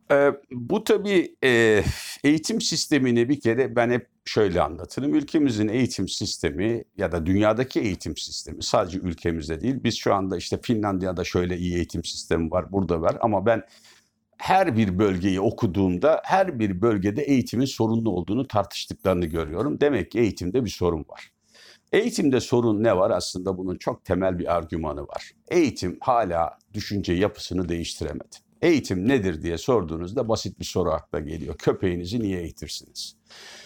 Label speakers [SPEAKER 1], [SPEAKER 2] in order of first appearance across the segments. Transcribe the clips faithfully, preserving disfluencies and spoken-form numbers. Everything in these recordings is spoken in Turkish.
[SPEAKER 1] Ee, bu tabii e, eğitim sistemini bir kere ben hep şöyle anlatırım. Ülkemizin eğitim sistemi ya da dünyadaki eğitim sistemi sadece ülkemizde değil. Biz şu anda işte Finlandiya'da şöyle iyi eğitim sistemi var, burada var. Ama ben her bir bölgeyi okuduğumda her bir bölgede eğitimin sorunlu olduğunu tartıştıklarını görüyorum. Demek ki eğitimde bir sorun var. Eğitimde sorun ne var? Aslında bunun çok temel bir argümanı var. Eğitim hala düşünce yapısını değiştiremedi. Eğitim nedir diye sorduğunuzda basit bir soru akla geliyor. Köpeğinizi niye eğitirsiniz?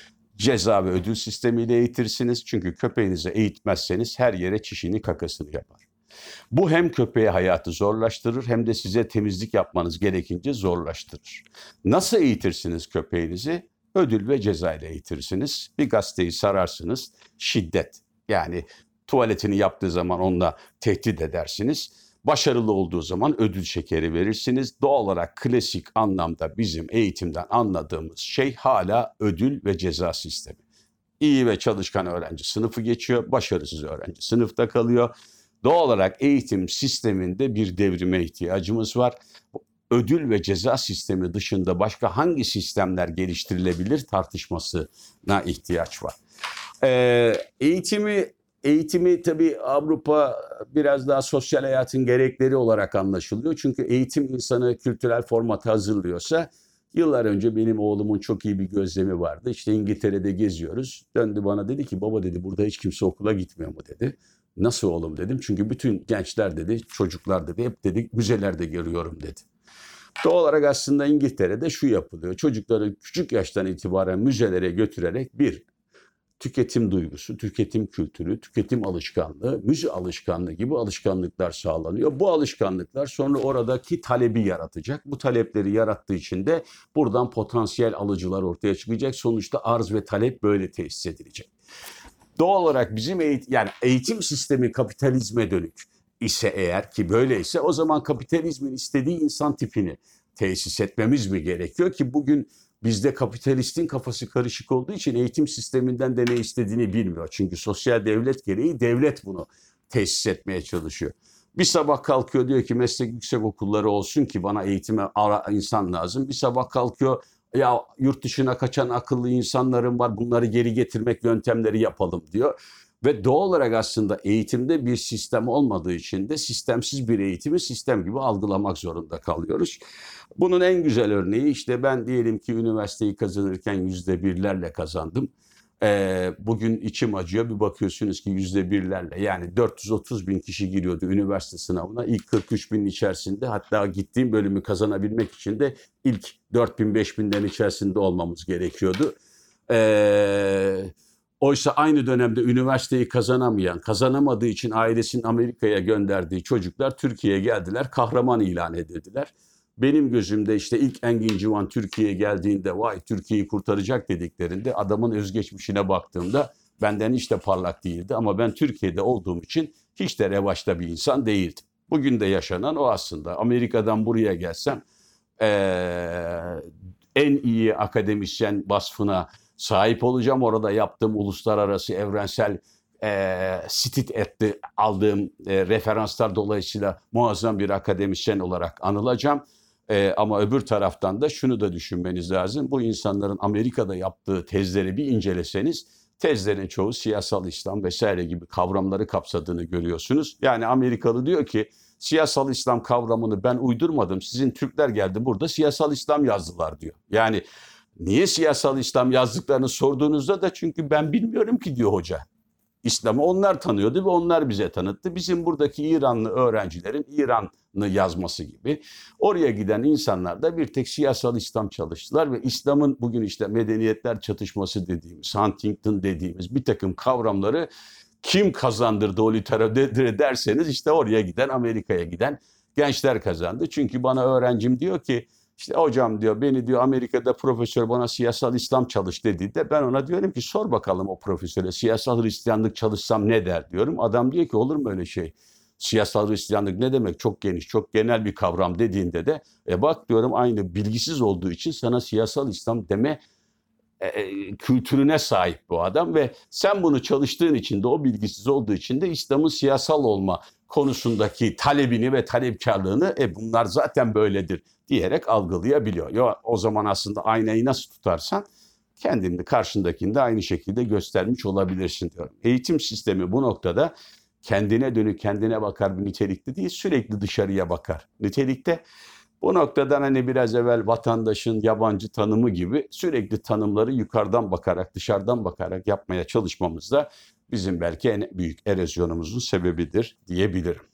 [SPEAKER 1] Ceza ve ödül sistemiyle eğitirsiniz. Çünkü köpeğinizi eğitmezseniz her yere çişini kakasını yapar. Bu hem köpeğe hayatı zorlaştırır hem de size temizlik yapmanız gerekince zorlaştırır. Nasıl eğitirsiniz köpeğinizi? Ödül ve ceza ile eğitirsiniz. Bir gazeteyi sararsınız, şiddet. Yani tuvaletini yaptığı zaman onunla tehdit edersiniz. Başarılı olduğu zaman ödül şekeri verirsiniz. Doğal olarak klasik anlamda bizim eğitimden anladığımız şey hala ödül ve ceza sistemi. İyi ve çalışkan öğrenci sınıfı geçiyor, başarısız öğrenci sınıfta kalıyor. Doğal olarak eğitim sisteminde bir devrime ihtiyacımız var. Ödül ve ceza sistemi dışında başka hangi sistemler geliştirilebilir tartışmasına ihtiyaç var. Ee, eğitimi eğitimi tabii Avrupa biraz daha sosyal hayatın gerekleri olarak anlaşılıyor. Çünkü eğitim insanı kültürel formata hazırlıyorsa yıllar önce benim oğlumun çok iyi bir gözlemi vardı. İşte İngiltere'de geziyoruz. Döndü bana dedi ki baba dedi burada hiç kimse okula gitmiyor mu dedi. Nasıl oğlum dedim. Çünkü bütün gençler dedi, çocuklar dedi hep dedi müzelerde görüyorum dedi. Doğal olarak aslında İngiltere'de şu yapılıyor. Çocukları küçük yaştan itibaren müzelere götürerek bir, tüketim duygusu, tüketim kültürü, tüketim alışkanlığı, müze alışkanlığı gibi alışkanlıklar sağlanıyor. Bu alışkanlıklar sonra oradaki talebi yaratacak. Bu talepleri yarattığı için de buradan potansiyel alıcılar ortaya çıkacak. Sonuçta arz ve talep böyle tesis edilecek. Doğal olarak bizim eğitim, yani eğitim sistemi kapitalizme dönük ise eğer ki böyleyse o zaman kapitalizmin istediği insan tipini tesis etmemiz mi gerekiyor ki bugün bizde kapitalistin kafası karışık olduğu için eğitim sisteminden de ne istediğini bilmiyor. Çünkü sosyal devlet gereği devlet bunu tesis etmeye çalışıyor. Bir sabah kalkıyor diyor ki meslek yüksek okulları olsun ki bana eğitime ara insan lazım. Bir sabah kalkıyor ya yurt dışına kaçan akıllı insanlarım var bunları geri getirmek yöntemleri yapalım diyor. Ve doğal olarak aslında eğitimde bir sistem olmadığı için de sistemsiz bir eğitimi sistem gibi algılamak zorunda kalıyoruz. Bunun en güzel örneği işte ben diyelim ki üniversiteyi kazanırken yüzde birlerle kazandım. Ee, bugün içim acıyor bir bakıyorsunuz ki yüzde birlerle yani dört yüz otuz bin kişi giriyordu üniversite sınavına. İlk kırk üç binin içerisinde hatta gittiğim bölümü kazanabilmek için de ilk dört bin beş binden içerisinde olmamız gerekiyordu. Eee Oysa aynı dönemde üniversiteyi kazanamayan, kazanamadığı için ailesinin Amerika'ya gönderdiği çocuklar Türkiye'ye geldiler, kahraman ilan edildiler. Benim gözümde işte ilk Engin Civan Türkiye'ye geldiğinde vay Türkiye'yi kurtaracak dediklerinde adamın özgeçmişine baktığımda benden hiç de parlak değildi. Ama ben Türkiye'de olduğum için hiç de revaçta bir insan değildim. Bugün de yaşanan o aslında. Amerika'dan buraya gelsem ee, en iyi akademisyen vasfına sahip olacağım. Orada yaptığım uluslararası evrensel e, stit etti aldığım e, referanslar dolayısıyla muazzam bir akademisyen olarak anılacağım. E, ama öbür taraftan da şunu da düşünmeniz lazım. Bu insanların Amerika'da yaptığı tezleri bir inceleseniz tezlerin çoğu siyasal İslam vesaire gibi kavramları kapsadığını görüyorsunuz. Yani Amerikalı diyor ki siyasal İslam kavramını ben uydurmadım. Sizin Türkler geldi burada siyasal İslam yazdılar diyor. Yani niye siyasal İslam yazdıklarını sorduğunuzda da çünkü ben bilmiyorum ki diyor hoca. İslam'ı onlar tanıyordu ve onlar bize tanıttı. Bizim buradaki İranlı öğrencilerin İran'ı yazması gibi. Oraya giden insanlar da bir tek siyasal İslam çalıştılar ve İslam'ın bugün işte medeniyetler çatışması dediğimiz, Huntington dediğimiz bir takım kavramları kim kazandırdı o literatüre derseniz işte oraya giden, Amerika'ya giden gençler kazandı. Çünkü bana öğrencim diyor ki işte hocam diyor beni diyor Amerika'da profesör bana siyasal İslam çalış dediğinde ben ona diyorum ki sor bakalım o profesöre siyasal Hristiyanlık çalışsam ne der diyorum. Adam diyor ki olur mu öyle şey? Siyasal Hristiyanlık ne demek? Çok geniş, çok genel bir kavram dediğinde de e bak diyorum aynı bilgisiz olduğu için sana siyasal İslam deme e, kültürüne sahip bu adam ve sen bunu çalıştığın için de o bilgisiz olduğu için de İslam'ın siyasal olma konusundaki talebini ve talepkarlığını e bunlar zaten böyledir diyerek algılayabiliyor. Ya, o zaman aslında aynayı nasıl tutarsan kendini karşındakini de aynı şekilde göstermiş olabilirsin diyorum. Eğitim sistemi bu noktada kendine dönük, kendine bakar bir nitelikte değil, sürekli dışarıya bakar nitelikte. Bu noktadan hani biraz evvel vatandaşın yabancı tanımı gibi sürekli tanımları yukarıdan bakarak, dışarıdan bakarak yapmaya çalışmamız da bizim belki en büyük erozyonumuzun sebebidir diyebilirim.